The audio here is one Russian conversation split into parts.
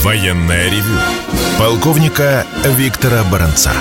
Военное ревю полковника Виктора Баранца.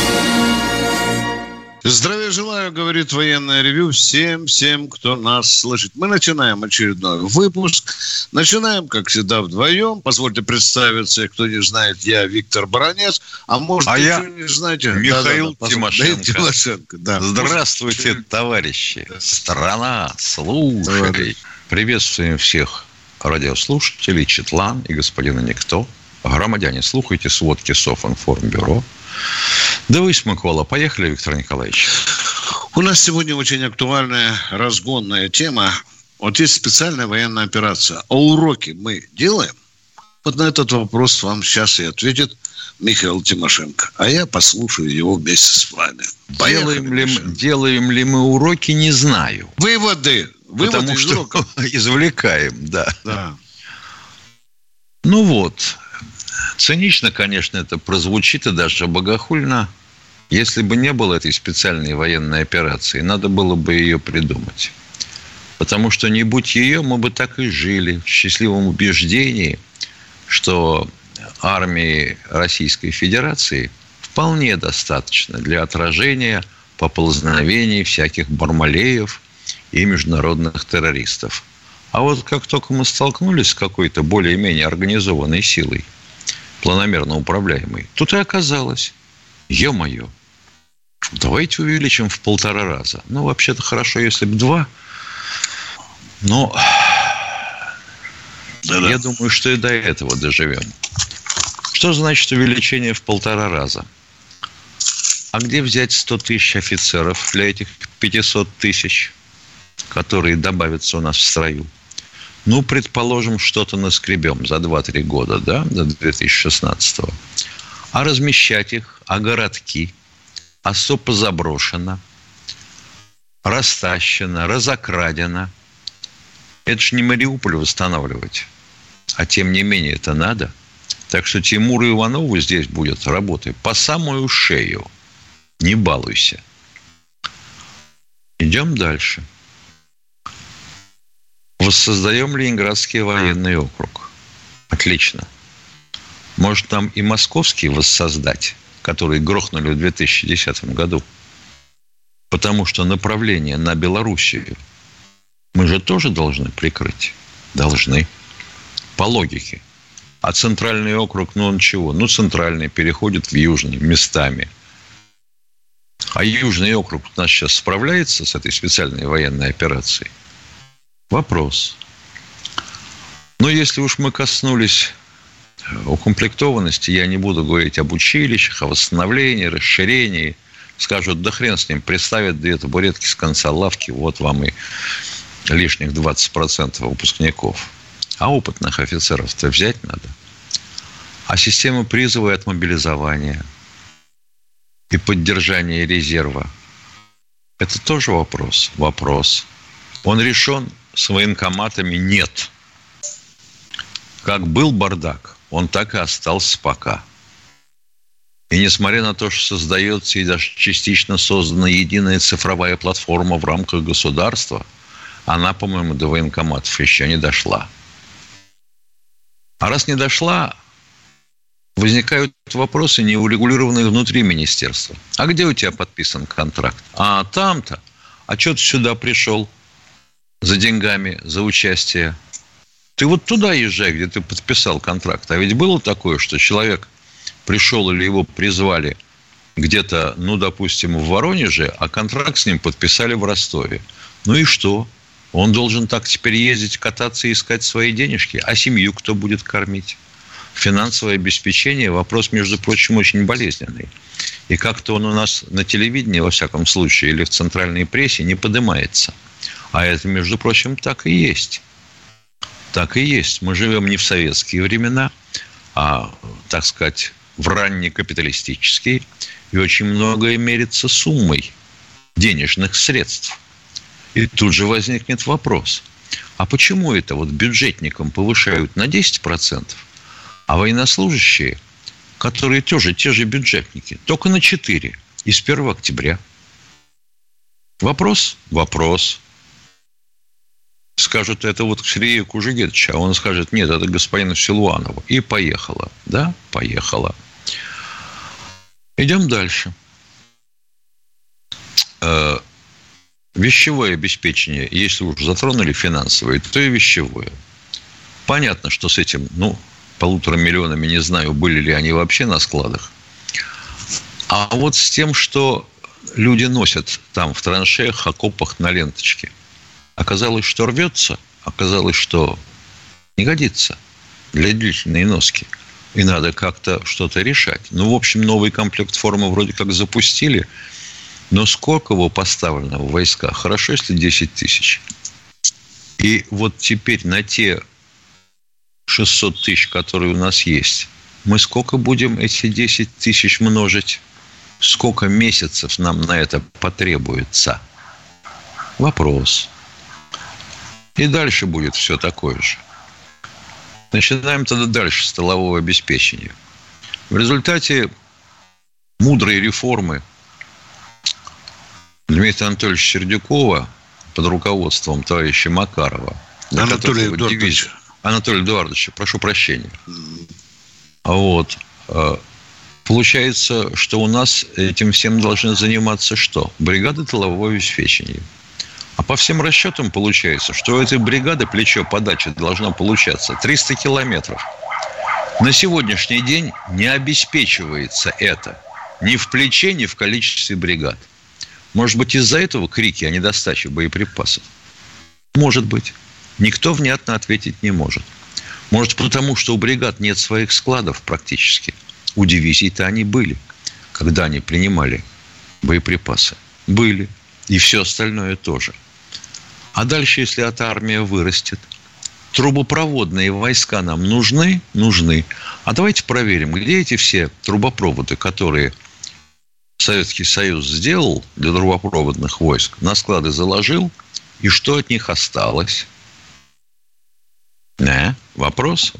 Здравия желаю, говорит Военное ревю всем, кто нас слышит. Мы начинаем очередной выпуск. Начинаем, как всегда, вдвоем. Позвольте представиться, кто не знает, я Виктор Баранец. А может, я не знаете, Михаил Тимошенко. Тимошенко. Да. Здравствуйте, товарищи. Страна, слушай. Приветствуем всех радиослушателей, Четлан и господина Никто. Громадяне, слухайте сводки Софинформбюро. Дивись, Микола. Поехали, Виктор Николаевич. У нас сегодня очень актуальная, разгонная тема. Вот есть специальная военная операция. А уроки мы делаем? Вот на этот вопрос вам сейчас и ответит Михаил Тимошенко. А я послушаю его вместе с вами. Делаем ли мы уроки, не знаю. Выводы Потому из что уроков. Извлекаем, да. Ну вот. Цинично, конечно, это прозвучит и даже богохульно. Если бы не было этой специальной военной операции, надо было бы ее придумать. Потому что не будь ее, мы бы так и жили в счастливом убеждении, что армии Российской Федерации вполне достаточно для отражения поползновений всяких бармалеев и международных террористов. А вот как только мы столкнулись с какой-то более-менее организованной силой, планомерно управляемой, тут и оказалось, ё-моё, давайте увеличим в 1,5 раза. Ну, вообще-то хорошо, если бы 2. Но я думаю, что и до этого доживем. Что значит увеличение в 1,5 раза? А где взять 100 тысяч офицеров для этих 500 тысяч, которые добавятся у нас в строю? Ну, предположим, что-то наскребем за 2-3 года, да, до 2016-го. А размещать их, а городки, а все позаброшено, растащено, разокрадено. Это ж не Мариуполь восстанавливать. А тем не менее это надо. Так что Тимуру Иванову здесь будет работать по самую шею. Не балуйся. Идем дальше. Воссоздаем Ленинградский военный округ. Отлично. Может, нам и московский воссоздать, который грохнули в 2010 году? Потому что направление на Белоруссию мы же тоже должны прикрыть. Должны. По логике. А центральный округ, ну он чего? Ну, центральный переходит в южный местами. А южный округ у нас сейчас справляется с этой специальной военной операцией? Вопрос. Но если уж мы коснулись укомплектованности, я не буду говорить об училищах, о восстановлении, расширении. Скажут, да хрен с ним, представят 2 табуретки с конца лавки, вот вам и лишних 20% выпускников. А опытных офицеров-то взять надо. А система призыва и отмобилизования и поддержания резерва – это тоже вопрос. Вопрос. Он решен с военкоматами? Нет. Как был бардак, он так и остался пока. И несмотря на то, что создается и даже частично создана единая цифровая платформа в рамках государства, она, по-моему, до военкоматов еще не дошла. А раз не дошла, возникают вопросы, не урегулированные внутри министерства. А где у тебя подписан контракт? А там-то. А что ты сюда пришел за деньгами, за участие? Ты вот туда езжай, где ты подписал контракт. А ведь было такое, что человек пришел или его призвали где-то, ну, допустим, в Воронеже, а контракт с ним подписали в Ростове. Ну и что? Он должен так теперь ездить, кататься и искать свои денежки. А семью кто будет кормить? Финансовое обеспечение – вопрос, между прочим, очень болезненный. И как-то он у нас на телевидении, во всяком случае, или в центральной прессе не поднимается. А это, между прочим, так и есть. Так и есть. Мы живем не в советские времена, а, так сказать, в раннекапиталистические. И очень многое мерится суммой денежных средств. И тут же возникнет вопрос. А почему это вот бюджетникам повышают на 10%, а военнослужащие, которые тоже те же бюджетники, только на 4% и с 1 октября? Вопрос? Вопрос. скажут, это вот к Сергею Кужегетовичу, а он скажет, нет, это господину Силуанову. И поехала. Да, поехала. Идем дальше. Вещевое обеспечение, если уж затронули финансовое, то и вещевое. Понятно, что с этим, 1,5 миллиона, не знаю, были ли они вообще на складах. А вот с тем, что люди носят там в траншеях, окопах на ленточке, оказалось, что рвется, оказалось, что не годится для длительной носки. И надо как-то что-то решать. В общем, новый комплект формы вроде как запустили, но сколько его поставлено в войска? Хорошо, если 10 тысяч. И вот теперь на те 600 тысяч, которые у нас есть, мы сколько будем эти 10 тысяч множить? Сколько месяцев нам на это потребуется? Вопрос. И дальше будет все такое же. Начинаем тогда дальше с тылового обеспечения. В результате мудрой реформы Дмитрия Анатольевича Сердюкова под руководством товарища Макарова, Анатолия Эдуардовича, прошу прощения. Вот. Получается, что у нас этим всем должны заниматься что? Бригады тылового обеспечения. А по всем расчетам получается, что у этой бригады плечо подачи должно получаться 300 километров. На сегодняшний день не обеспечивается это ни в плече, ни в количестве бригад. Может быть, из-за этого крики о недостаче боеприпасов? Может быть. Никто внятно ответить не может. Может, потому что у бригад нет своих складов практически. У дивизий-то они были, когда они принимали боеприпасы. Были. И все остальное тоже. А дальше, если эта армия вырастет, трубопроводные войска нам нужны? Нужны. А давайте проверим, где эти все трубопроводы, которые Советский Союз сделал для трубопроводных войск, на склады заложил, и что от них осталось? Вопрос.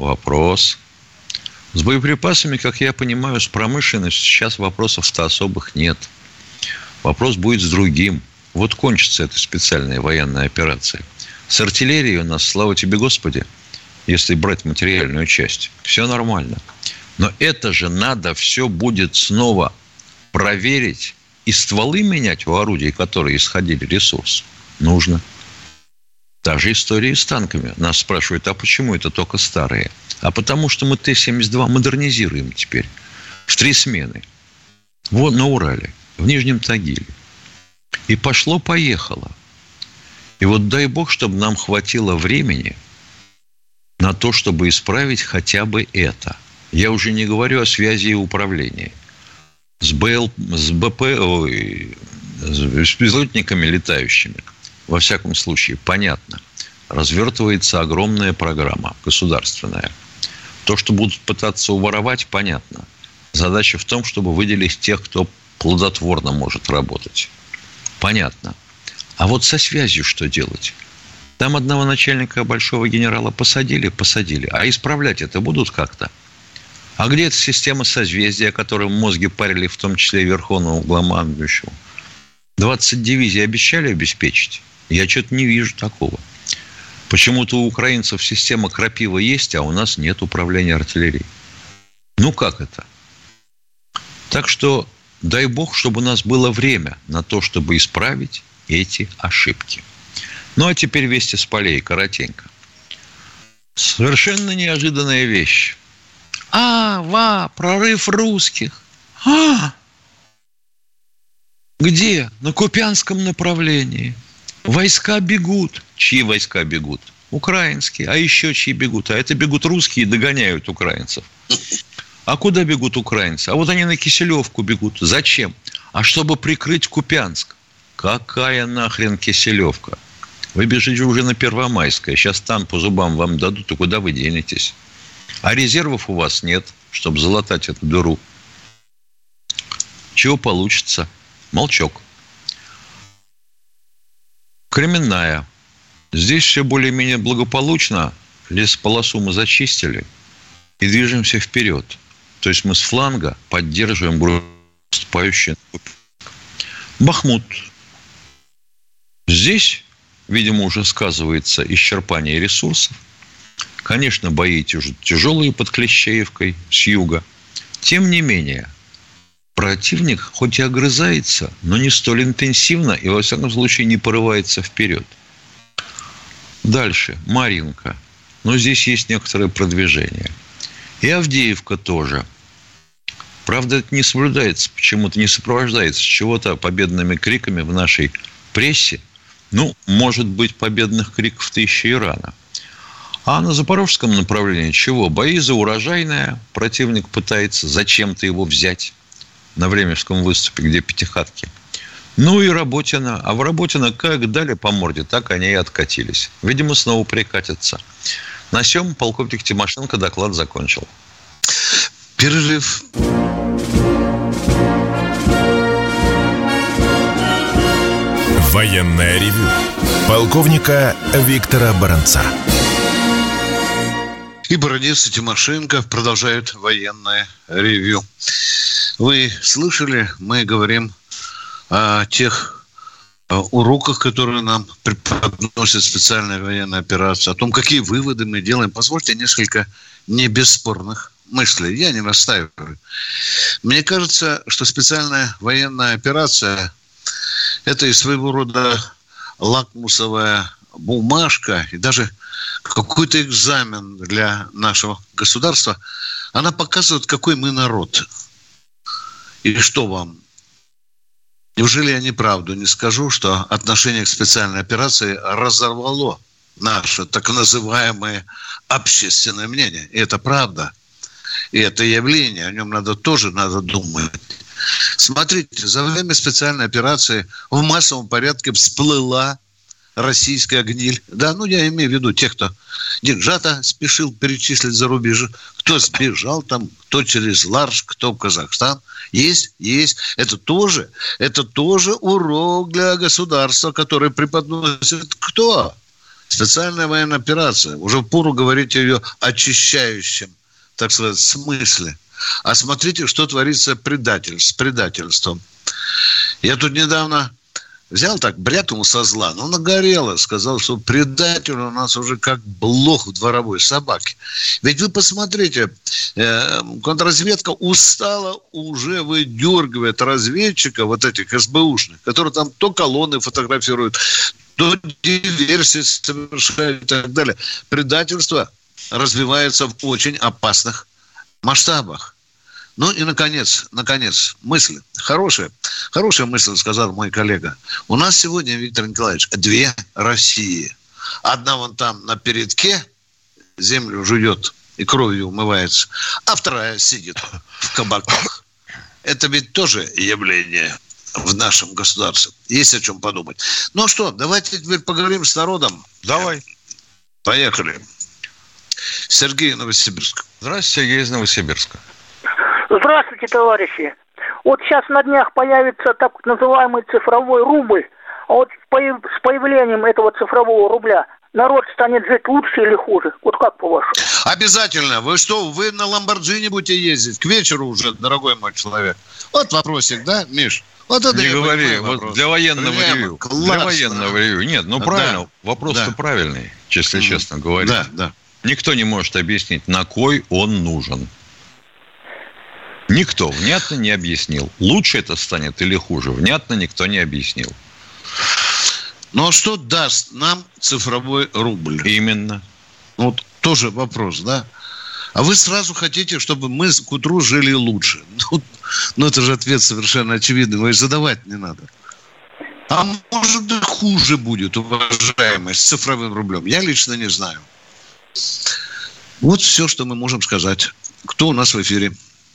С боеприпасами, как я понимаю, с промышленностью сейчас вопросов-то особых нет. Вопрос будет с другим. Вот кончится эта специальная военная операция. С артиллерией у нас, слава тебе, Господи, если брать материальную часть, все нормально. Но это же надо все будет снова проверить и стволы менять у орудий, которые исходили ресурс. Нужно. Та же история с танками. Нас спрашивают, а почему это только старые? А потому что мы Т-72 модернизируем теперь в 3 смены. Вот на Урале, в Нижнем Тагиле. И пошло-поехало. И вот дай бог, чтобы нам хватило времени на то, чтобы исправить хотя бы это. Я уже не говорю о связи и управлении. С беспилотниками летающими, во всяком случае, понятно, развертывается огромная программа государственная. То, что будут пытаться уворовать, понятно. Задача в том, чтобы выделить тех, кто плодотворно может работать. Понятно. А вот со связью что делать? Там одного начальника большого генерала посадили. А исправлять это будут как-то? А где эта система созвездия, которую мозги парили, в том числе и верховному главнокомандующему? 20 дивизий обещали обеспечить? Я что-то не вижу такого. Почему-то у украинцев система крапива есть, а у нас нет управления артиллерией. Как это? Так что дай бог, чтобы у нас было время на то, чтобы исправить эти ошибки. А теперь вести с полей, коротенько. Совершенно неожиданная вещь. Прорыв русских. Где? На Купянском направлении. Войска бегут. Чьи войска бегут? Украинские. А еще чьи бегут? А это бегут русские и догоняют украинцев. А куда бегут украинцы? А вот они на Киселевку бегут. Зачем? А чтобы прикрыть Купянск. Какая нахрен Киселевка? Вы бежите уже на Первомайское. Сейчас там по зубам вам дадут, и куда вы денетесь? А резервов у вас нет, чтобы залатать эту дыру. Чего получится? Молчок. Кременная. Здесь все более-менее благополучно. Лесополосу мы зачистили и движемся вперед. То есть мы с фланга поддерживаем группу наступающую. Бахмут. Здесь видимо, уже сказывается исчерпание ресурсов. Конечно, бои тяжелые под Клещеевкой с юга. Тем не менее, противник хоть и огрызается, но не столь интенсивно и, во всяком случае, не порывается вперед. Дальше. Марьинка. Но здесь есть некоторое продвижение. И Авдеевка тоже. Правда, это не соблюдается, почему-то не сопровождается чего-то победными криками в нашей прессе. Ну, может быть, победных криков-то еще и рано. А на запорожском направлении чего? Бои за урожайное. Противник пытается зачем-то его взять на Временском выступе, где пятихатки. Ну и Работино. А в Работино как дали по морде, так они и откатились. Видимо, снова прикатятся. На сём полковник Тимошенко доклад закончил. Перерыв. Военное ревю полковника Виктора Баранца. И Баранец, и Тимошенко продолжают военное ревью. Вы слышали, мы говорим о тех уроках, которые нам преподносит специальная военная операция, о том, какие выводы мы делаем. Позвольте несколько небесспорных мыслей. Я не настаиваю. Мне кажется, что специальная военная операция – это и своего рода лакмусовая бумажка, и даже какой-то экзамен для нашего государства. Она показывает, какой мы народ. И что вам? Неужели я неправду не скажу, что отношение к специальной операции разорвало наше так называемое общественное мнение? И это правда. И это явление, о нем надо думать. Смотрите, за время специальной операции в массовом порядке всплыла российская гниль. Да, я имею в виду тех, кто деньжата спешил перечислить за рубеж, кто сбежал там, кто через Ларш, кто в Казахстан. Есть. Это тоже урок для государства, который преподносит кто? Специальная военная операция. Уже впору говорить о ее очищающем, так сказать, смысле. А смотрите, что творится с предательством. Я тут недавно взял так, брякнул со зла, нагорело, сказал, что предатель у нас уже как блох в дворовой собаке. Ведь вы посмотрите, контрразведка устала уже выдергивает разведчиков, вот этих СБУшных, которые там то колонны фотографируют, то диверсии совершают и так далее. Предательство развивается в очень опасных масштабах. И, наконец, мысль. Хорошая мысль, сказал мой коллега. У нас сегодня, Виктор Николаевич, 2 России. Одна вон там на передке землю жует и кровью умывается, а вторая сидит в кабаках. Это ведь тоже явление в нашем государстве. Есть о чем подумать. Что, давайте теперь поговорим с народом. Давай. Поехали. Сергей, Новосибирск. Здравствуйте, Сергей из Новосибирска. Здравствуйте, товарищи. Вот сейчас на днях появится так называемый цифровой рубль. А вот с появлением этого цифрового рубля народ станет жить лучше или хуже? Вот как по-вашему? Обязательно. Вы что, вы на Ламборджини будете ездить? К вечеру уже, дорогой мой человек. Вот вопросик, да, Миш? Вот это не говори, вот для военного ревью. Для военного ревью. Нет, правильно, вопрос-то правильный, если честно говоря. Да. Никто не может объяснить, на кой он нужен. Никто внятно не объяснил. Лучше это станет или хуже? Внятно никто не объяснил. А что даст нам цифровой рубль? Именно. Тоже вопрос, да? А вы сразу хотите, чтобы мы к утру жили лучше? Это же ответ совершенно очевидный. Его и задавать не надо. А может быть, хуже будет, уважаемый, с цифровым рублем? Я лично не знаю. Вот все, что мы можем сказать. Кто у нас в эфире?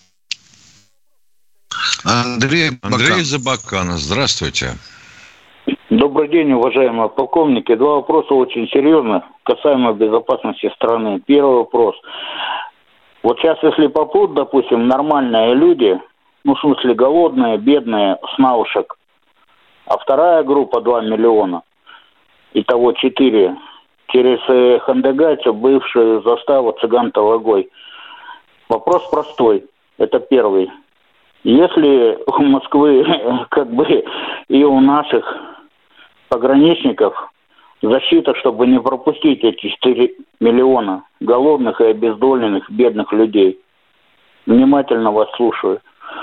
Андрей Забакана. Здравствуйте. Добрый день, уважаемые полковники. 2 вопроса очень серьезных, касаемо безопасности страны. Первый вопрос. Вот сейчас, если попрут, допустим, нормальные люди, в смысле голодные, бедные, с наушек, а вторая группа 2 миллиона, итого 4, через хандыгайцев, бывшую заставу Цыган-Талагой. Вопрос простой. Это первый. Если у Москвы, и у наших пограничников защита, чтобы не пропустить эти 4 миллиона голодных и обездоленных, бедных людей. Внимательно вас слушаю.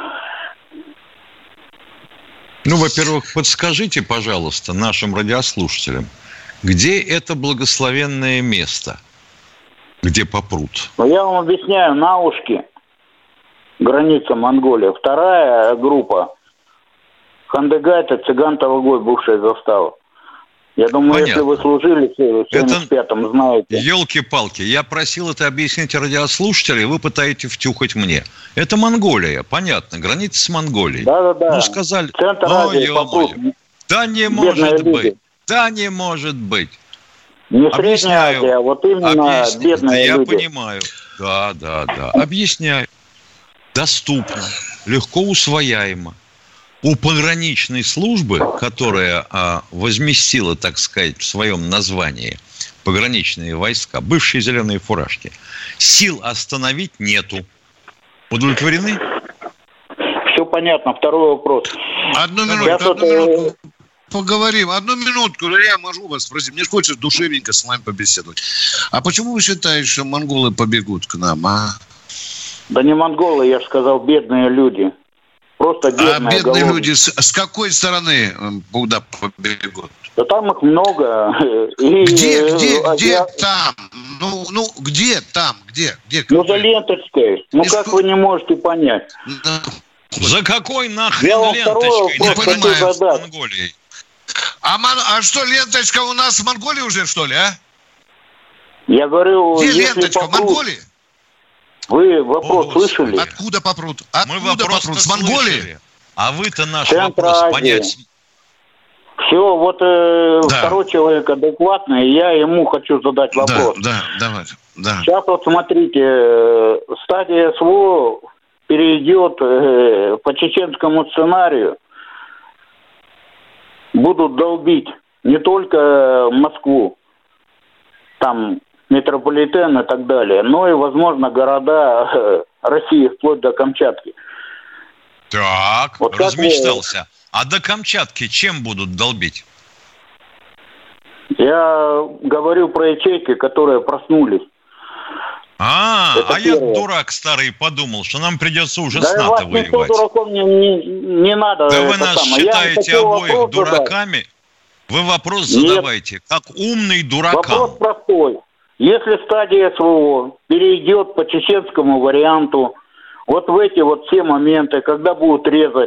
Ну, во-первых, подскажите, пожалуйста, нашим радиослушателям, где это благословенное место, где попрут? Ну, я вам объясняю, Наушки, граница Монголии. Вторая группа Хандыгай, это Цыган-Тавагой, бывшая застава. Я думаю, Понятно. если вы служили в 75-м, знаете. Елки-палки, я просил это объяснить радиослушателям, вы пытаетесь втюхать мне. Это Монголия, понятно, граница с Монголией. Да-да-да. Ну, сказали, Центр Азии, попрут. да не Бедные может люди. быть, да не может быть. Не Средняя Объясняю. Азия, а вот именно бедные я люди. понимаю. Да. Объясняю. Доступно, легко усвояемо. У пограничной службы, которая возместила, так сказать, в своем названии пограничные войска, бывшие зеленые фуражки, сил остановить нету. Удовлетворены? Все понятно. Второй вопрос. Одну минутку. Поговорим. Одну минутку. Я могу вас спросить. Мне хочется душевненько с вами побеседовать. А почему вы считаете, что монголы побегут к нам, а? Да не монголы, я же сказал, бедные люди. Просто бедные, бедные голодные. люди с какой стороны куда побегут? Да там их много. Где там? Ну, где там? Где? Ну, за Ленточкой. Ну, как вы не можете понять? За какой нахрен Я вам второй ленточкой? Не вопрос понимаю, хочу с задать. Монголией. А что, ленточка у нас в Монголии уже, что ли, а? Я говорю, Где если ленточка? В попрут... Монголии? Вы вопрос слышали? Откуда попрут? Мы вопрос С Монголии? слышали. А вы-то наш Центр вопрос Азии. понять... Все, вот второй человек адекватный, я ему хочу задать вопрос. Да, давайте. Да. Сейчас вот смотрите, стадия СВО перейдет по чеченскому сценарию. Будут долбить не только Москву, там метрополитен и так далее, но и, возможно, города России вплоть до Камчатки. Так, Вот размечтался. А до Камчатки чем будут долбить? Я говорю про ячейки, которые проснулись. Это я, первое. дурак старый, подумал, что нам придется уже Да с вас НАТО никто воевать. дураком не надо. Да вы это нас самое. Я считаете хотел обоих вопрос дураками? задать. Вы вопрос Нет. задавайте, как умный дуракам. Вопрос простой. Если стадия СВО перейдет по чеченскому варианту, вот в эти вот все моменты, когда будут резать,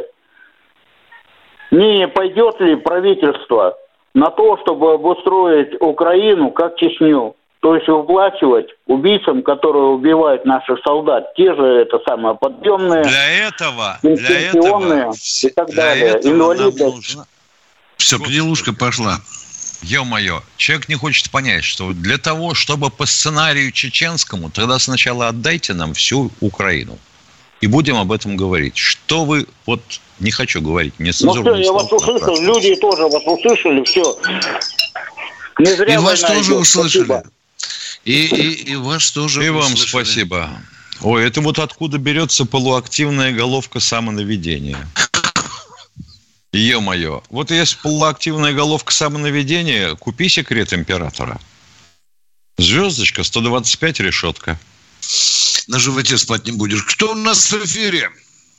не пойдет ли правительство на то, чтобы обустроить Украину как Чечню? То есть выплачивать убийцам, которые убивают наших солдат, те же это самое подъемные, Для этого и так далее, инвалиды. Все, гнилушка пошла. Ё-моё, человек не хочет понять, что для того, чтобы по сценарию чеченскому, тогда сначала отдайте нам всю Украину. И будем об этом говорить. Что вы... Вот не хочу говорить, не Ну все, я вас услышал, люди тоже вас услышали, все. Не зря И вас война тоже идет. услышали. Спасибо. И вас тоже И вам услышали. спасибо. Ой, это вот откуда берется полуактивная головка самонаведения. Ё-моё. Вот если полуактивная головка самонаведения, купи секрет императора. Звездочка, 125, решетка. На животе спать не будешь. Кто у нас в эфире?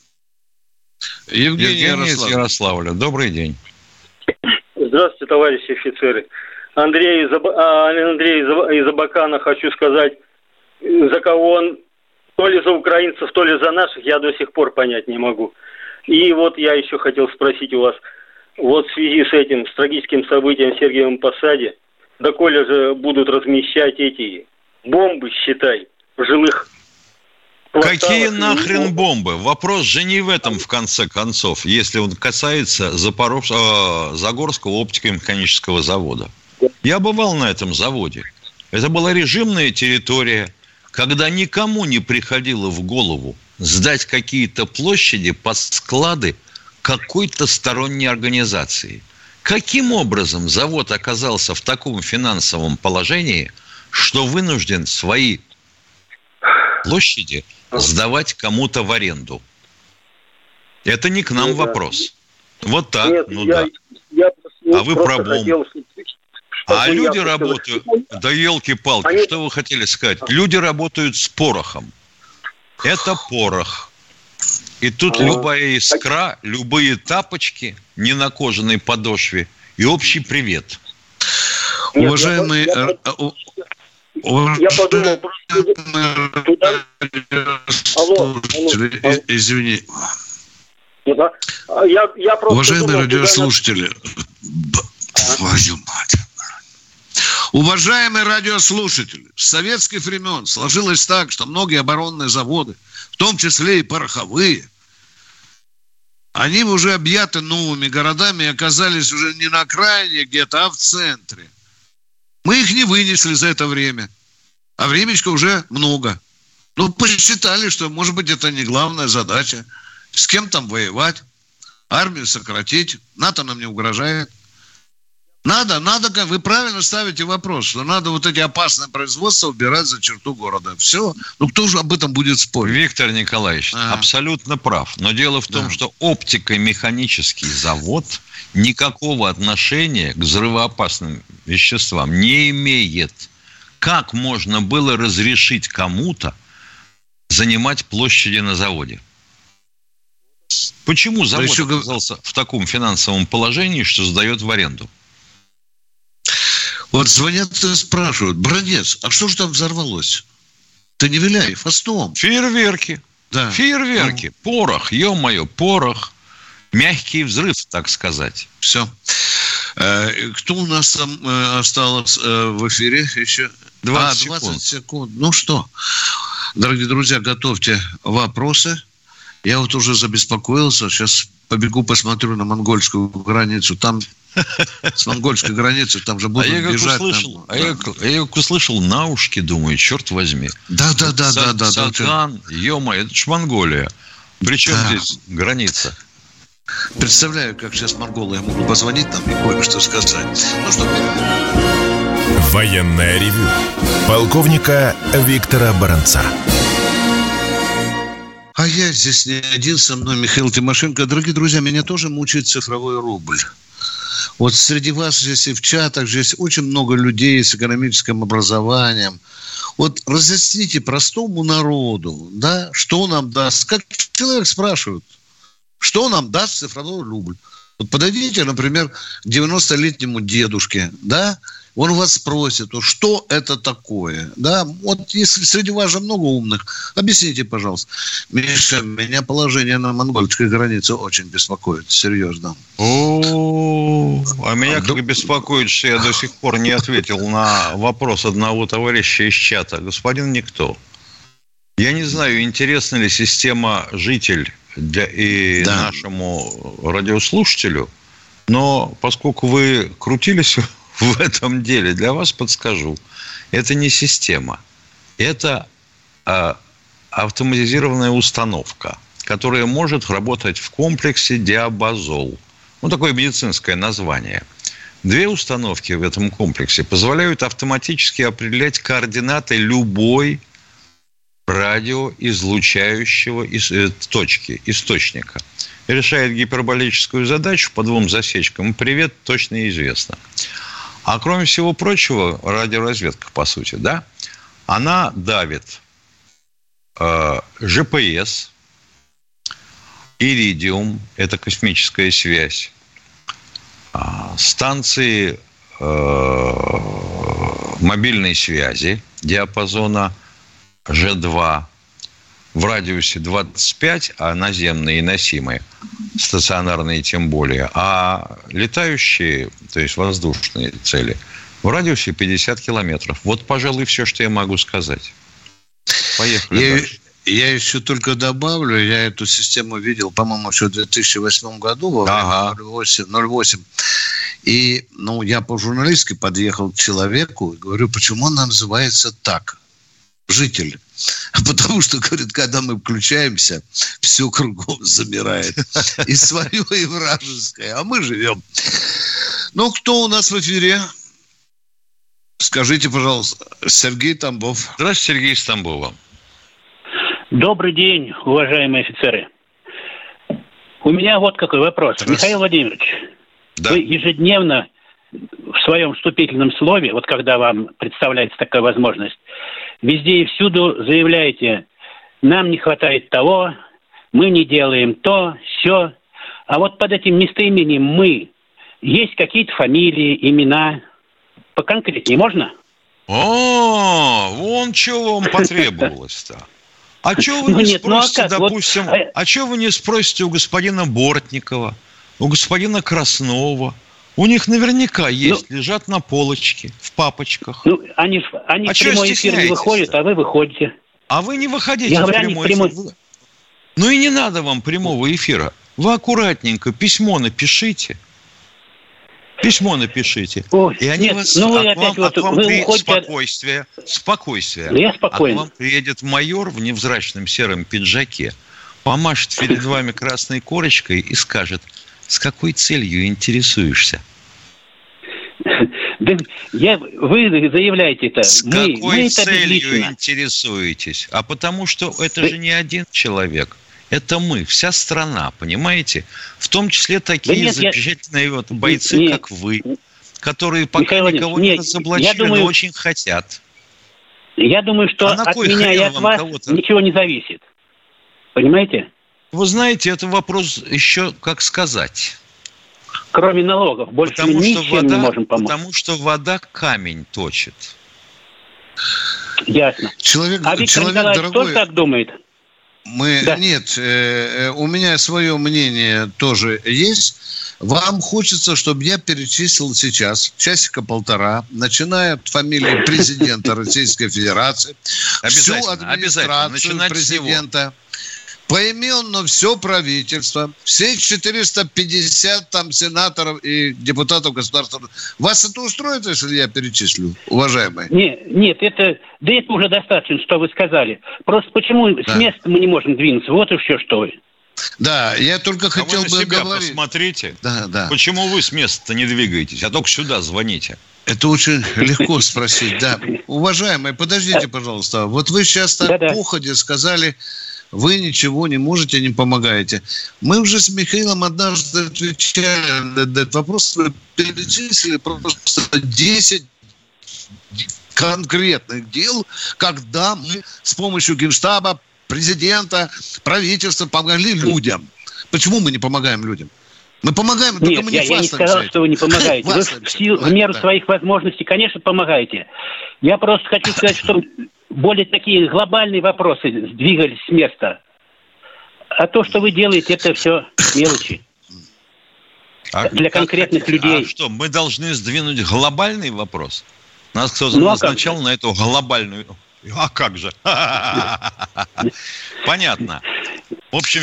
Евгений из Ярославля. Добрый день. Здравствуйте, товарищи офицеры. Андрей из Абакана хочу сказать, за кого он, то ли за украинцев, то ли за наших, я до сих пор понять не могу. И вот я еще хотел спросить у вас, вот в связи с этим, с трагическим событием в Сергиевом Посаде, доколе же будут размещать эти бомбы, считай, в жилых кварталах? Какие нахрен бомбы? Вопрос же не в этом, в конце концов, если он касается Загорского оптико-механического завода. Я бывал на этом заводе. Это была режимная территория, когда никому не приходило в голову сдать какие-то площади под склады какой-то сторонней организации. Каким образом завод оказался в таком финансовом положении, что вынужден свои площади сдавать кому-то в аренду? Это не к нам вопрос. Вот так, Нет, да. Я А вы про бомбу. А люди работают... Да елки-палки, что вы хотели сказать? Люди работают с порохом. Это порох. И тут любая искра, любые тапочки не на кожаной подошве и общий привет. Уважаемые... Извини. Уважаемые радиослушатели, твою мать. Уважаемые радиослушатели, с советских времен сложилось так, что многие оборонные заводы, в том числе и пороховые, они уже объяты новыми городами и оказались уже не на окраине где-то, а в центре. Мы их не вынесли за это время. А времечко уже много. Ну, посчитали, что, может быть, это не главная задача. С кем там воевать? Армию сократить? НАТО нам не угрожает. Надо, вы правильно ставите вопрос, что надо вот эти опасные производства убирать за черту города. Все. Ну, кто же об этом будет спорить? Виктор Николаевич абсолютно прав. Но дело в том, что оптико-механический завод никакого отношения к взрывоопасным веществам не имеет. Как можно было разрешить кому-то занимать площади на заводе? Почему завод оказался в таком финансовом положении, что сдает в аренду? Вот звонят и спрашивают: Бронец, а что же там взорвалось? Ты не виляй, фастом. Фейерверки. Да. Фейерверки. Порох, ё-моё, порох. Мягкий взрыв, так сказать. Все. Кто у нас там осталось в эфире еще? 20 секунд. Ну что, дорогие друзья, готовьте вопросы. Я вот уже забеспокоился. Сейчас побегу, посмотрю на монгольскую границу. Там с монгольской границы там же будут бежать. Я как услышал на ушки, думаю, черт возьми. Да. Саган, ё-моё, это ж Монголия. Причем здесь граница? Представляю, как сейчас монголы могут позвонить нам и кое-что сказать. Ну что, военное ревю полковника Виктора Баранца. А я здесь не один, со мной Михаил Тимошенко. Дорогие друзья, меня тоже мучает цифровой рубль. Вот среди вас здесь и в чатах здесь очень много людей с экономическим образованием. Вот разъясните простому народу, да, что нам даст. Как человек спрашивает, что нам даст цифровой рубль? Вот подойдите, например, к 90-летнему дедушке, да, он вас спросит, что это такое, да, вот если среди вас же много умных, объясните, пожалуйста. Миша, меня положение на монгольской границе очень беспокоит, серьезно. А меня как беспокоит, что я до сих пор не ответил на вопрос одного товарища из чата. Господин Никто, я не знаю, интересна ли система «Житель» нашему радиослушателю, но поскольку вы крутились в этом деле, для вас подскажу. Это не система. Это автоматизированная установка, которая может работать в комплексе диапазол. Ну, такое медицинское название. 2 установки в этом комплексе позволяют автоматически определять координаты любой радиоизлучающего точки, источника. Решает гиперболическую задачу по 2 засечкам. Привет, точно известно. А кроме всего прочего, радиоразведка, по сути, да, она давит GPS, Иридиум, это космическая связь, станции мобильной связи диапазона G2 в радиусе 25, а наземные и носимые, стационарные тем более, а летающие, то есть воздушные цели, в радиусе 50 километров. Вот, пожалуй, все, что я могу сказать. Поехали дальше. Я еще только добавлю, я эту систему видел, по-моему, еще в 2008 году, во время 08. И, я по-журналистски подъехал к человеку и говорю, почему она называется так? Житель. Потому что, говорит, когда мы включаемся, все кругом замирает. И свое, и вражеское. А мы живем. Кто у нас в эфире? Скажите, пожалуйста. Сергей Тамбов. Здравствуйте, Сергей из Тамбова. Добрый день, уважаемые офицеры. У меня вот какой вопрос. Михаил Владимирович, вы ежедневно в своем вступительном слове, вот когда вам представляется такая возможность, везде и всюду заявляете, нам не хватает того, мы не делаем то, сё. А вот под этим местоимением «мы» есть какие-то фамилии, имена? Поконкретнее можно? Вон чего вам потребовалось-то. А чего вы не спросите, допустим, а чего вы не спросите у господина Бортникова, у господина Краснова? У них наверняка есть, лежат на полочке, в папочках. Они в прямой эфир не выходят, а вы выходите. А вы не выходите в прямой эфир. Ну и не надо вам прямого эфира. Вы аккуратненько письмо напишите. Ой, и они вас от вам спокойствие. Я спокоен. К вам приедет майор в невзрачном сером пиджаке, помашет перед вами красной корочкой и скажет: с какой целью интересуешься? Да вы заявляете это. С какой целью интересуетесь? А потому что это же не один человек. Это мы, вся страна, понимаете? В том числе такие замечательные бойцы, как вы, которые пока никого не разоблачили, но очень хотят. Я думаю, что от меня и от вас ничего не зависит. Понимаете? Вы знаете, это вопрос еще как сказать. Кроме налогов. Больше мы ничем не можем помочь. Потому что вода камень точит. Ясно. А Виктор Николаевич тоже так думает? Нет, у меня свое мнение тоже есть. Вам хочется, чтобы я перечислил сейчас часика полтора, начиная от фамилии президента Российской Федерации, всю администрацию президента, поименно все правительство, все 450 там сенаторов и депутатов государства. Вас это устроит, если я перечислю, уважаемые? Нет, это уже достаточно, что вы сказали. Просто почему с места мы не можем двинуться? Вот и все, что вы. Да, я только хотел бы говорить. Посмотрите, да. Почему вы с места не двигаетесь, а только сюда звоните? Это очень легко спросить, да. Уважаемые, подождите, пожалуйста. Вот вы сейчас так походе сказали, вы ничего не можете, не помогаете. Мы уже с Михаилом однажды отвечали на этот вопрос, мы перечислили просто 10 конкретных дел, когда мы с помощью Генштаба, президента, правительства помогли людям. Почему мы не помогаем людям? Мы помогаем, только мы не хвастаемся. Я не сказал, что вы не помогаете. Вы в меру своих возможностей, конечно, помогаете. Я просто хочу сказать, что более такие глобальные вопросы сдвигались с места. А то, что вы делаете, это все мелочи. Для конкретных людей. А что, мы должны сдвинуть глобальный вопрос? Нас кто-то назначал на эту глобальную... А как же? Понятно. В общем,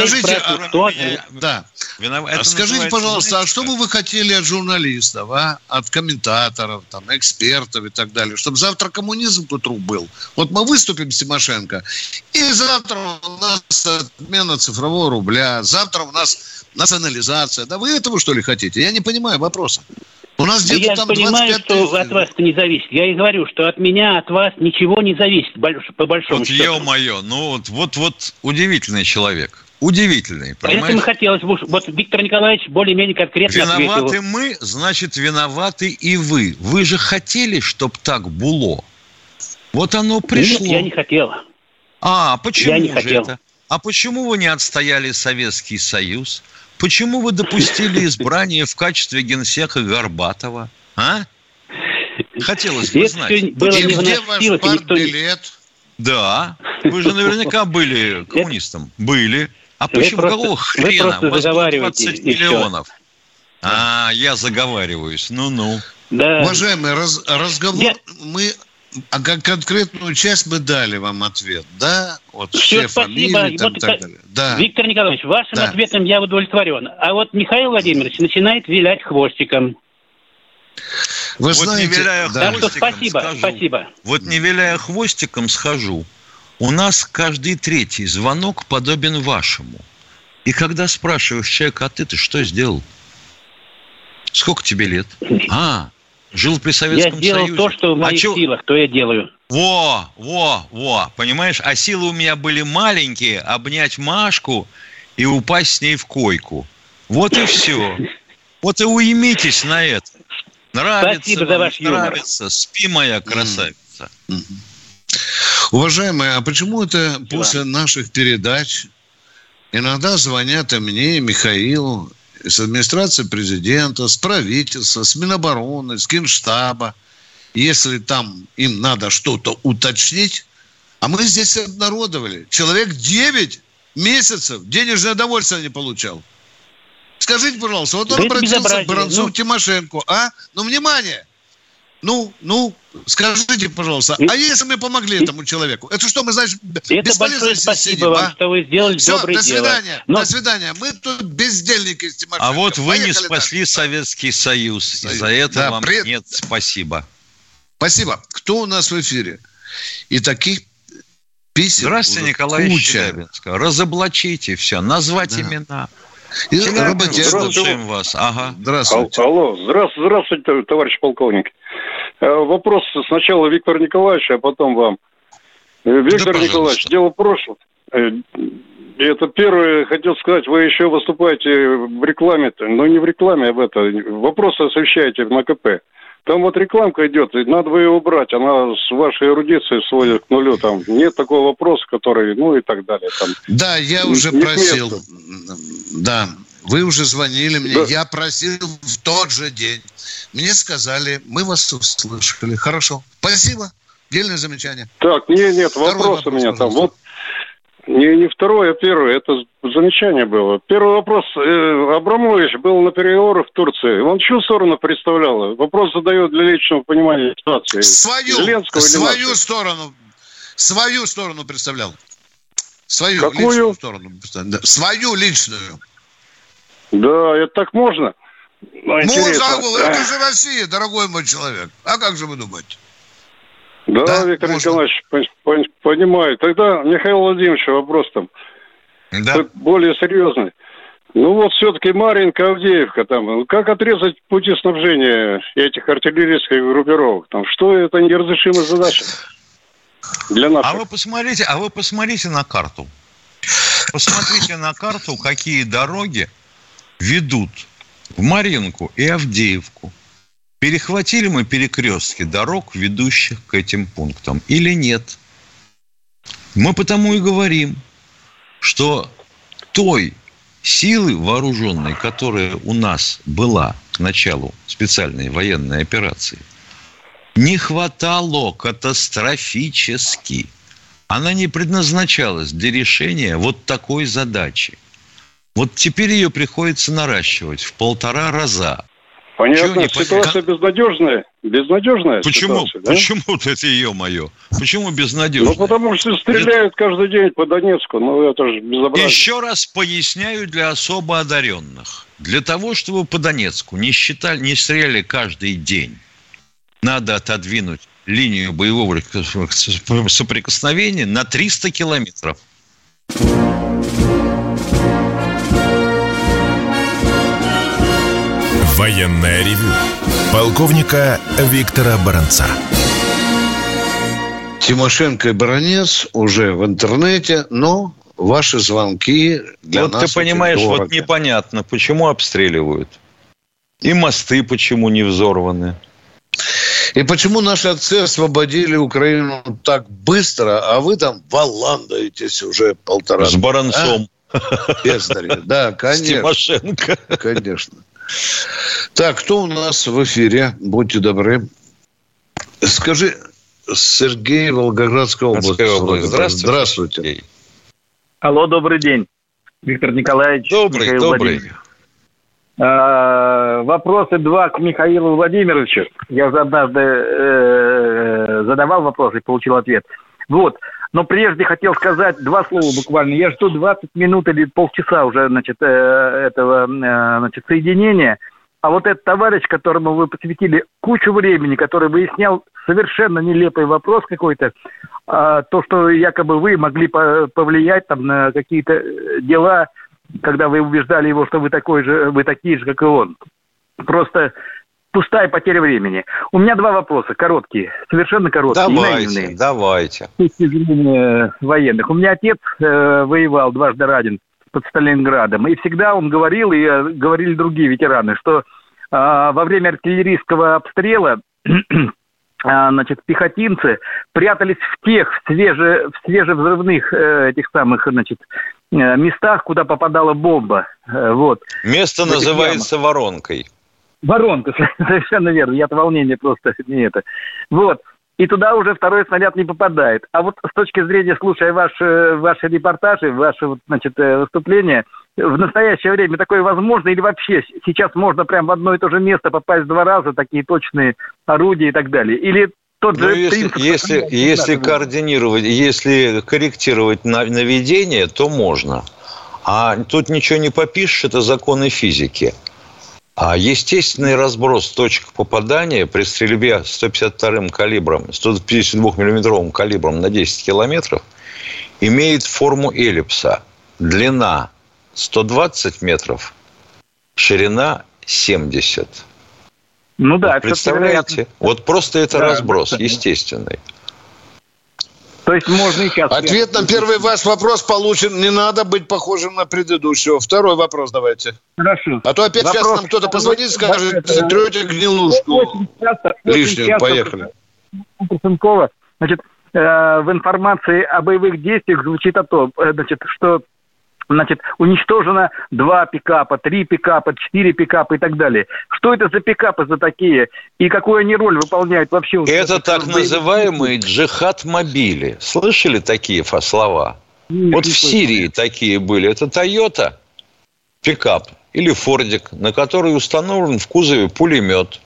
скажите, пожалуйста, а что бы вы хотели от журналистов, от комментаторов, там, экспертов и так далее, чтобы завтра коммунизм тут был? Вот мы выступим с Тимошенко, и завтра у нас отмена цифрового рубля, завтра у нас национализация. Да вы этого, что ли, хотите? Я не понимаю вопроса. У нас где-то там 25 тысяч. Я понимаю, что от вас это не зависит. Я и говорю, что от меня, от вас ничего не зависит, по большому счету. Ё-моё, вот удивительный человек. Удивительный, понимаете? Поэтому хотелось бы, вот Виктор Николаевич более-менее конкретно ответил. Виноваты мы, значит, виноваты и вы. Вы же хотели, чтобы так было. Вот оно пришло. Нет, я не хотел. Почему я не же хотел. это? А почему вы не отстояли Советский Союз? Почему вы допустили избрание в качестве генсека Горбатова? Хотелось бы знать. И где ваш партбилет? Да. Вы же наверняка были коммунистом. Были. А почему какого хрена? У вас было 20 миллионов. Я заговариваюсь. Ну-ну. Да. Уважаемый, разговор... А конкретную часть мы дали вам ответ, да? Вот все фамилии, там, и так далее. Да. Виктор Николаевич, вашим ответом я удовлетворен. А вот Михаил Владимирович начинает вилять хвостиком. Вы знаете, не виляя хвостиком, спасибо. Вот не виляя хвостиком схожу. У нас каждый третий звонок подобен вашему. И когда спрашиваешь человека, а ты что сделал? Сколько тебе лет? Жил при Советском Союзе. Я сделал то, что в моих силах, то я делаю. Во, понимаешь? А силы у меня были маленькие, обнять Машку и упасть с ней в койку. Вот и все. Вот и уймитесь на это. Нравится Спасибо вам, за ваш юмор. нравится. Спи, моя красавица. Уважаемые, а почему это после наших передач иногда звонят и мне, и Михаилу, с администрации президента, с правительства, с Минобороны, с Генштаба, если там им надо что-то уточнить, а мы здесь обнародовали. Человек 9 месяцев денежное довольствие не получал. Скажите, пожалуйста, вот он обратился к Баранцу, Тимошенко, Ну, внимание! Ну, скажите, пожалуйста, а если мы помогли этому человеку? Это что, мы, значит, это большое спасибо вам, что вы сделали доброе дело. До свидания. Мы тут бездельники с Тимошенко. А вот вы не спасли Советский Союз. И за это вам нет спасибо. Спасибо. Кто у нас в эфире? И таких писем Здравствуйте, Николай Челябинск. Разоблачите все, назвать имена. Слушаем вас. Ага. Здравствуйте. Алло. Здравствуйте, товарищ полковник. Вопрос сначала Виктору Николаевичу, а потом вам. Виктор Николаевич, дело прошлое. Это первое, хотел сказать, вы еще выступаете в рекламе-то, но не в рекламе, а в это. Вопросы освещаете в МКП. Там вот рекламка идет, и надо бы ее убрать. Она с вашей эрудицией сводит к нулю. Там нет такого вопроса, который, и так далее. Там, да, я уже просил. Да, вы уже звонили мне. Да. Я просил в тот же день. Мне сказали, мы вас услышали. Хорошо. Спасибо. Дельное замечание. Так, нет, вопрос у меня там. Вот не второй, а первый. Это замечание было. Первый вопрос. Абрамович был на переговорах в Турции. Он чью сторону представлял? Вопрос задает для личного понимания ситуации. Свою сторону представлял. Свою Какую? Личную сторону. Да, свою личную. Да, это так можно? Можно, это же Россия, дорогой мой человек. А как же вы думаете? Да, Виктор Николаевич, понимаю. Тогда, Михаил Владимирович, вопрос там более серьезный. Вот все-таки Марьинка, Авдеевка там. Как отрезать пути снабжения этих артиллерийских группировок? Там, что это неразрешимая задача для нас? А вы посмотрите на карту. Посмотрите на карту, какие дороги ведут в Марьинку и Авдеевку. Перехватили мы перекрестки дорог, ведущих к этим пунктам, или нет? Мы потому и говорим, что той силы вооруженной, которая у нас была к началу специальной военной операции, не хватало катастрофически. Она не предназначалась для решения вот такой задачи. Вот теперь ее приходится наращивать в 1,5 раза. Понятно, ситуация безнадежная. Безнадежная Почему? Ситуация, да? Почему это ее-мое? Почему безнадежная? Потому что стреляют каждый день по Донецку. Это же безобразие. Еще раз поясняю для особо одаренных. Для того, чтобы по Донецку не стреляли каждый день, надо отодвинуть линию боевого соприкосновения на 300 километров. Военное ревю полковника Виктора Баранца. Тимошенко и Баранец уже в интернете, но ваши звонки для нас. Вот ты понимаешь, вот непонятно, почему обстреливают. И мосты почему не взорваны. И почему наши отцы освободили Украину так быстро, а вы там валандаетесь уже 1,5 года. С Баранцом. Бездари. Да, конечно. С Тимошенко. Конечно. Так, кто у нас в эфире? Будьте добры. Скажи, Сергей, Волгоградская область. Здравствуйте. Алло, добрый день. Виктор Николаевич. Добрый. Вопросы 2 к Михаилу Владимировичу. Я уже однажды задавал вопрос и получил ответ. Но прежде хотел сказать 2 слова буквально. Я жду 20 минут или полчаса уже, этого соединения. А вот этот товарищ, которому вы посвятили кучу времени, который выяснял совершенно нелепый вопрос какой-то, то, что якобы вы могли повлиять там на какие-то дела, когда вы убеждали его, что вы такие же, как и он. Просто пустая потеря времени. У меня 2 вопроса, короткие, совершенно короткие. Давайте. С точки зрения военных. У меня отец воевал, дважды ранен под Сталинградом. И всегда он говорил, и говорили другие ветераны, что во время артиллерийского обстрела значит, пехотинцы прятались в свежевзрывных этих самых, значит, местах, куда попадала бомба. Вот. Место называется воронкой. Воронка, совершенно верно. Я от волнения просто не это. Вот. И туда уже второй снаряд не попадает. А вот с точки зрения, слушая ваши репортажи, ваши, значит, выступления, в настоящее время такое возможно? Или вообще сейчас можно прям в одно и то же место попасть 2 раза, такие точные орудия и так далее? Или тот же принцип... Если координировать, если корректировать наведение, то можно. А тут ничего не попишешь, это законы физики. А естественный разброс точек попадания при стрельбе 152-м калибром, 152-миллиметровым калибром на 10 километров имеет форму эллипса. Длина 120 метров, ширина 70. Ну да. Вот представляете? Вот просто это разброс естественный. То есть можно и сейчас... Ответ на первый ваш вопрос получен. Не надо быть похожим на предыдущего. Второй вопрос давайте. Хорошо. А то опять сейчас нам кто-то позвонит и скажет, трете гнилушку лишнюю. Поехали. Значит, в информации о боевых действиях звучит значит, что уничтожено 2 пикапа, 3 пикапа, 4 пикапа и так далее. Что это за пикапы за такие? И какую они роль выполняют вообще? Это так называемые джихад-мобили. Слышали такие слова? Вот в Сирии такие были. Это Toyota пикап или Фордик, на который установлен в кузове пулемет.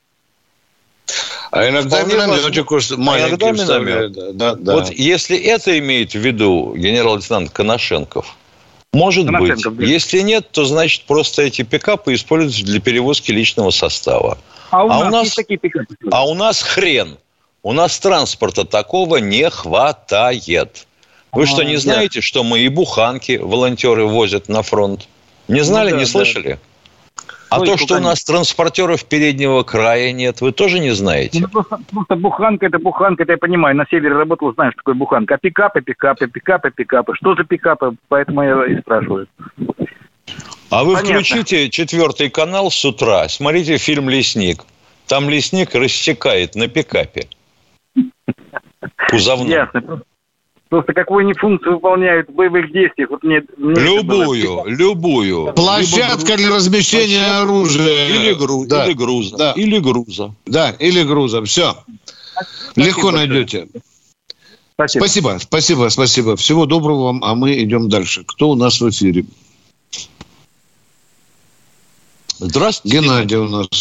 А иногда маленький вставляют. Да. Вот если это имеет в виду генерал-лейтенант Коношенков, может быть. Если нет, то значит просто эти пикапы используются для перевозки личного состава. А у нас такие пикапы. А у нас хрен. У нас транспорта такого не хватает. Вы что, не знаете, что мы и буханки волонтеры возят на фронт? Не знали, не слышали? А то, что у нас транспортеров переднего края нет, вы тоже не знаете? Просто буханка, это я понимаю. На севере работал, знаю, что такое буханка. А пикапы. Что за пикапы? Поэтому я и спрашиваю. А вы включите 4-й канал с утра, смотрите фильм «Лесник». Там лесник рассекает на пикапе. Кузовном. Ясно. Просто какую они функцию выполняют в боевых действиях? Вот мне любую. Площадка для размещения оружия. Или груза. Да. Или груза. Да, или груза. Все. Легко найдете. Спасибо. Всего доброго вам, а мы идем дальше. Кто у нас в эфире? Здравствуйте. Геннадий у нас.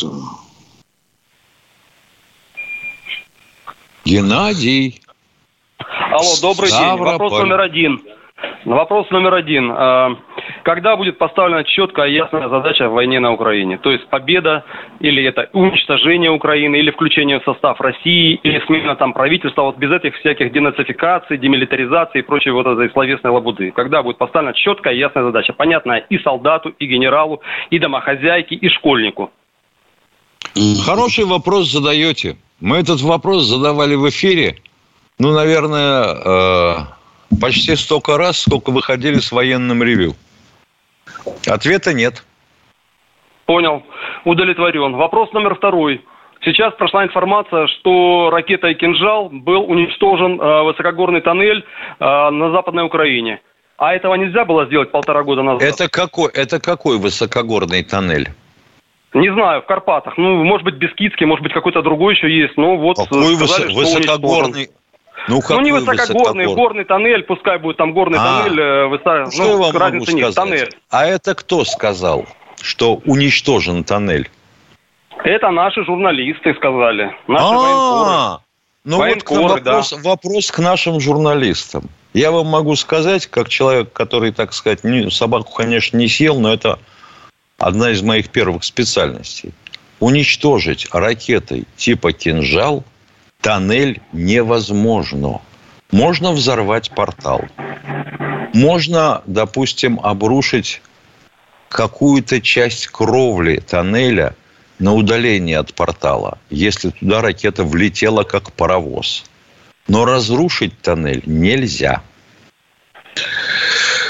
Геннадий. Алло, добрый день. Вопрос номер один. Когда будет поставлена четкая, ясная задача в войне на Украине? То есть победа, или это уничтожение Украины, или включение в состав России, или смена там правительства, вот без этих всяких денацификаций, демилитаризации и прочей вот этой словесной лабуды. Когда будет поставлена четкая, ясная задача, понятная и солдату, и генералу, и домохозяйке, и школьнику? Хороший вопрос задаете. Мы этот вопрос задавали в эфире, наверное, почти столько раз, сколько выходили с военным ревью. Ответа нет. Понял. Удовлетворен. Вопрос номер 2. Сейчас прошла информация, что ракетой «Кинжал» был уничтожен высокогорный тоннель на Западной Украине. А этого нельзя было сделать 1,5 года назад? Это какой высокогорный тоннель? Не знаю, в Карпатах. Может быть, Бескидский, может быть, какой-то другой еще есть. Какой высокогорный? Не высокогорный, горный тоннель, пускай будет там горный тоннель, разницы нет, тоннель. А это кто сказал, что уничтожен тоннель? Это наши журналисты сказали, наши военкоры. Вопрос к нашим журналистам. Я вам могу сказать, как человек, который, так сказать, собаку, конечно, не съел, но это одна из моих первых специальностей. Уничтожить ракетой типа «Кинжал» тоннель невозможно. Можно взорвать портал. Можно, допустим, обрушить какую-то часть кровли тоннеля на удаление от портала, если туда ракета влетела как паровоз. Но разрушить тоннель нельзя.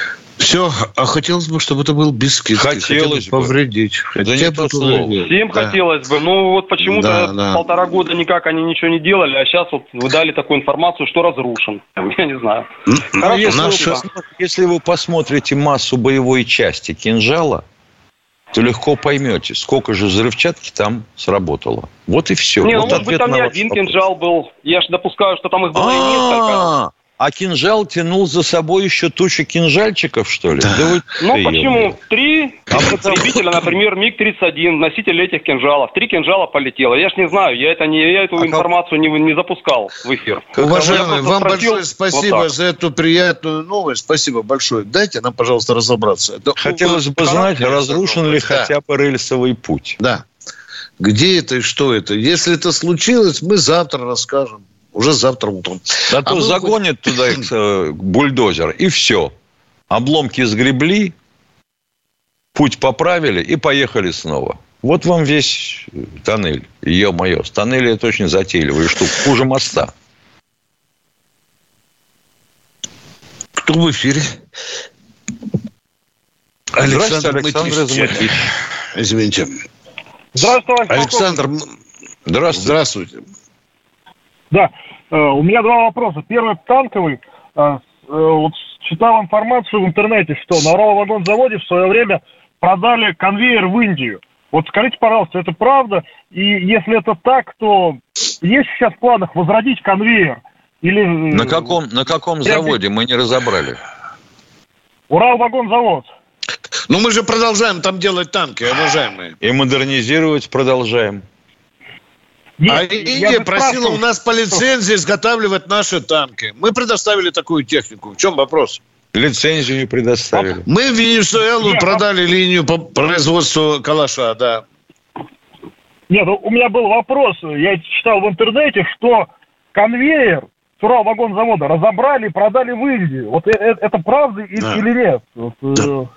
Все, а хотелось бы, чтобы это был без скидки. Хотелось бы. Повредить. Да не то слово. Всем хотелось бы. Ну, вот почему-то 1,5 года никак они ничего не делали, а сейчас вот вы дали такую информацию, что разрушен. Я не знаю. Если вы посмотрите массу боевой части «Кинжала», то легко поймете, сколько же взрывчатки там сработало. Вот и все. Не, вот может быть, там не один кинжал был. Я же допускаю, что там их было и несколько. А кинжал тянул за собой еще тучу кинжальчиков, что ли? Да. Ну, почему? 3 истребителя, например, МиГ-31, носитель этих кинжалов. 3 кинжала полетело. Я ж не знаю, я эту информацию не запускал в эфир. Уважаемый, вам большое спасибо за эту приятную новость. Спасибо большое. Дайте нам, пожалуйста, разобраться. Хотелось бы знать, разрушен ли хотя бы рельсовый путь. Да. Где это и что это? Если это случилось, мы завтра расскажем. Уже завтра утром. А то загонят туда бульдозер, и все. Обломки сгребли, путь поправили и поехали снова. Вот вам весь тоннель. Ё-моё, с тоннеля это очень затейливая штука. Хуже моста. Кто в эфире? Александр Изматович. Извините. Здравствуйте, Александр. Здравствуйте. Да, у меня 2 вопроса. Первый танковый. Вот читал информацию в интернете, что на Уралвагонзаводе в свое время продали конвейер в Индию. Вот скажите, пожалуйста, это правда? И если это так, то есть сейчас в планах возродить конвейер? Или... На каком заводе? Мы не разобрали. Уралвагонзавод. Ну, мы же продолжаем там делать танки, уважаемые. И модернизировать продолжаем. Нет, Индия просила у нас по лицензии изготавливать наши танки. Мы предоставили такую технику. В чем вопрос? Лицензию не предоставили. Мы в Венесуэлу продали линию по производству калаша, да. Нет, у меня был вопрос. Я читал в интернете, что конвейер с Уралвагонзавода разобрали и продали в Индию. Вот это правда или нет? Вот,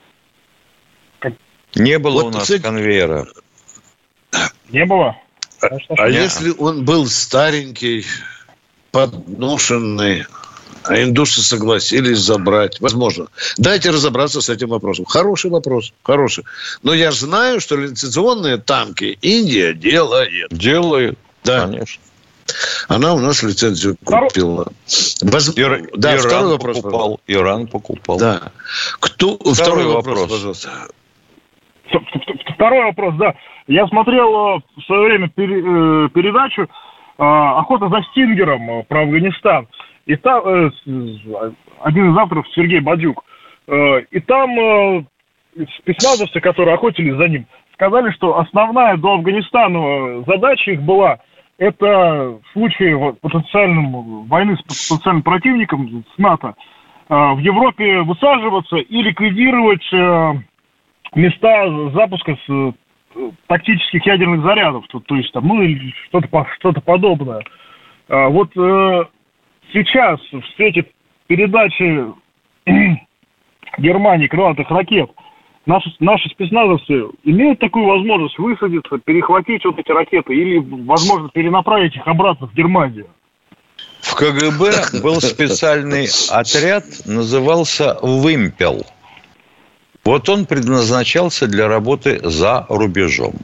не было у нас конвейера. Не было? Если он был старенький, подношенный, а индусы согласились забрать, возможно. Дайте разобраться с этим вопросом. Хороший вопрос, хороший. Но я знаю, что лицензионные танки Индия делает. Делает, да. Конечно. Она у нас лицензию купила. Да, второй вопрос. Иран покупал. Да. Второй вопрос, пожалуйста. Второй вопрос, да. Я смотрел в свое время передачу «Охота за Стингером» про Афганистан. И там один из авторов Сергей Бадюк. И там спецназовцы, которые охотились за ним, сказали, что основная до Афганистана задача их была это в случае войны с потенциальным противником, с НАТО, в Европе высаживаться и ликвидировать места запуска тактических ядерных зарядов, то есть там, или что-то подобное. Вот сейчас в свете передачи Германии крылатых ракет наши спецназовцы имеют такую возможность высадиться, перехватить вот эти ракеты или, возможно, перенаправить их обратно в Германию? В КГБ был специальный отряд, назывался «Вымпел». Вот он предназначался для работы за рубежом.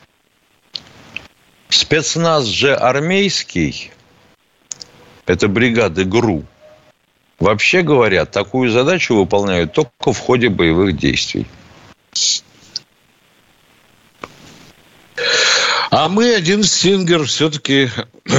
Спецназ же армейский, это бригады ГРУ, вообще говоря, такую задачу выполняют только в ходе боевых действий. А мы один «Стингер» все-таки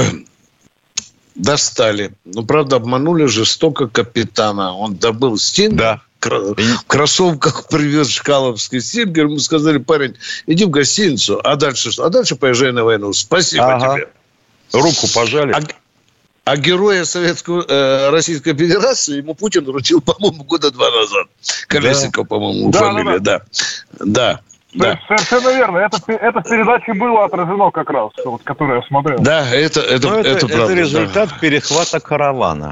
достали. Ну, правда, обманули жестоко капитана. Он добыл «Стингер». Да. В кроссовках привез шкаловский «Стингер». Мы сказали: парень, иди в гостиницу. А дальше что? А дальше поезжай на войну. Спасибо тебе. Руку пожали. А героя Российской Федерации ему Путин вручил, по-моему, 2 года назад. Колесников, по-моему, фамилия. Да. Совершенно верно. Это в передаче было отражено как раз, вот, которую я смотрел. Да, это правда. Это результат перехвата каравана.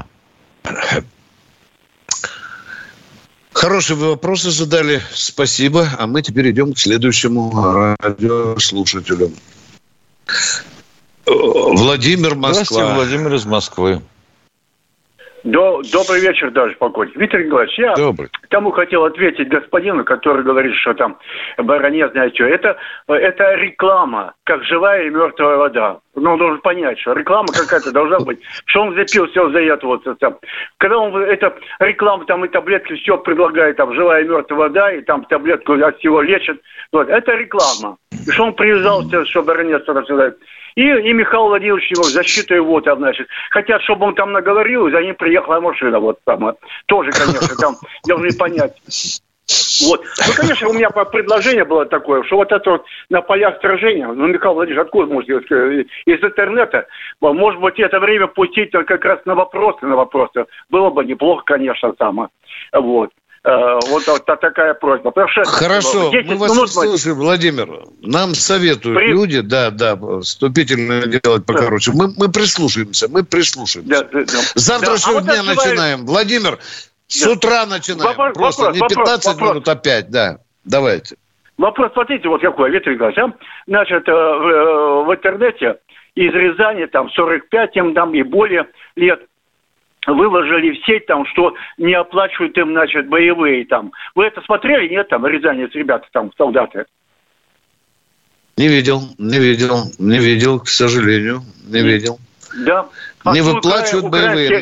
Хорошие вы вопросы задали. Спасибо. А мы теперь идем к следующему радиослушателю. Владимир, Москва. Здравствуйте, Владимир из Москвы. Добрый вечер, даже полковник. Виктор Николаевич, я тому хотел ответить господину, который говорит, что там баронет, знаете что. Это реклама, как живая и мертвая вода. Ну, он должен понять, что реклама какая-то должна быть. Что он запил, все за это вот там. Когда он это реклама, там и таблетки все предлагает, там живая и мертвая вода, и там таблетку от всего лечит. Вот. Это реклама. И что он привязался, что баронет сюда. И Михаил Владимирович его защиту его там, значит. Хотят, чтобы он там наговорил, и за ним приехала машина. Вот там. Тоже, конечно, там должны понять. Вот. Ну, конечно, у меня предложение было такое, что вот это вот на полях сражения, ну, Михаил Владимирович, откуда может из интернета, может быть, это время пустить как раз на вопросы. Было бы неплохо, конечно, само. Вот. Вот такая просьба. Что хорошо, мы вас слушаем, Владимир. Нам советуют люди, вступительно делать покороче. Мы прислушаемся. С завтрашнего дня начинаем. Владимир, с утра начинаем. Просто не 15 минут опять, давайте. Вопрос, смотрите, вот какой, Виктор Николаевич. Значит, в интернете из Рязани, там, 45 там, и более лет, выложили в сеть там, что не оплачивают им, значит, боевые там. Вы это смотрели, нет, там, рязанец, ребята, там, солдаты? Не видел, к сожалению, не видел. Да. Не выплачивают боевые.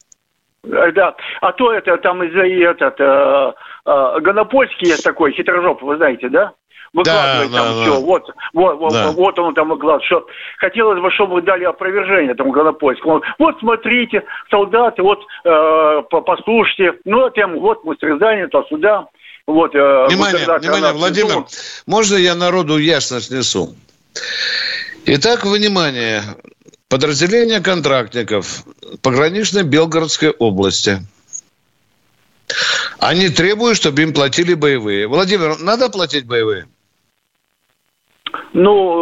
Да, а то это там Гонопольский есть такой, хитрожоп, вы знаете, да? Выкладывает все. Вот он там выкладывает. Что хотелось бы, чтобы вы дали опровержение этому Гонопольскому. Вот смотрите, солдаты, вот послушайте. Ну, там вот мы с Рязани, то сюда. Вот, внимание, Владимир, можно я народу ясность несу? Итак, внимание. Подразделение контрактников пограничной Белгородской области. Они требуют, чтобы им платили боевые. Владимир, надо платить боевые? Ну,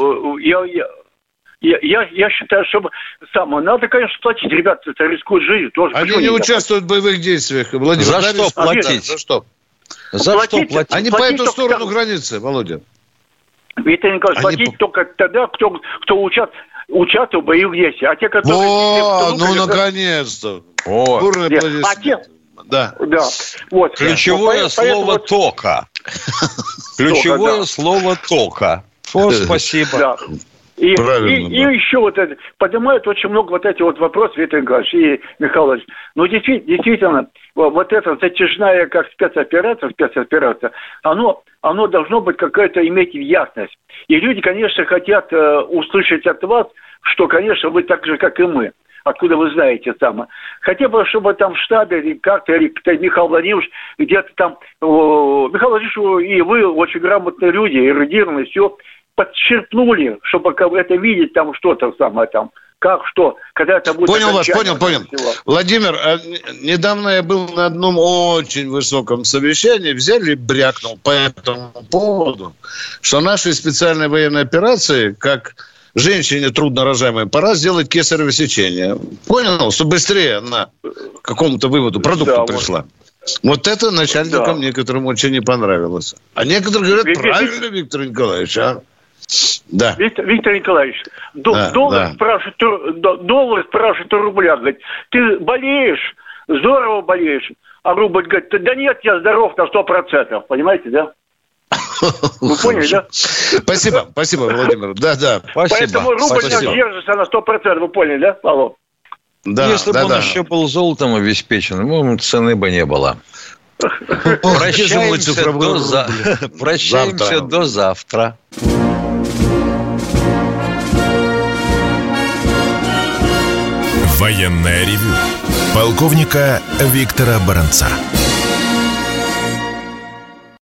я считаю, что надо, конечно, платить. Ребята, это рискуют жизнью тоже. Они не участвуют в боевых действиях. Владимир, за что платить? За что? Платить? Они по эту сторону границы, Володя. Виктор Николаевич, платить только тогда, кто участвует в боевых действиях. А те, которые... наконец-то. Бурные аплодисменты. Да. Вот. Ключевое слово «тока». Ключевое слово «тока». Спасибо. Да. И еще вот это, поднимают очень много вот этих вот вопросов, Виктор Николаевич и Михаил Владимирович. Ну, действительно, вот эта затяжная, как спецоперация, оно должно быть какая-то иметь ясность. И люди, конечно, хотят услышать от вас, что, конечно, вы так же, как и мы. Откуда вы знаете там. Хотя бы, чтобы там в штабе или как-то, или Михаил Владимирович где-то там... Михаил Владимирович и вы очень грамотные люди, эрудированные, все подчеркнули, чтобы это видеть там что-то самое там. Как, что, когда это будет... Понял вас. Владимир, недавно я был на одном очень высоком совещании, взяли и брякнул по этому поводу, что нашей специальной военной операции, как женщине труднорожаемой, пора сделать кесарево сечение. Понял? Что быстрее она к какому-то выводу, продукту пришла. Вот это начальникам некоторым очень не понравилось. А некоторые говорят, правильно, Виктор Николаевич, а? Да. Виктор Николаевич, доллар спрашивает у рубля, говорит, ты болеешь, здорово болеешь, а рубль говорит, да нет, я здоров на 100%, понимаете, да? Вы поняли, да? Спасибо, Владимир. Да. Поэтому рубль держится на 100%, вы поняли, да? Алло. Если бы он еще был золотом обеспечен, ему цены бы не было. Прощаемся до завтра. Военное ревю полковника Виктора Баранца.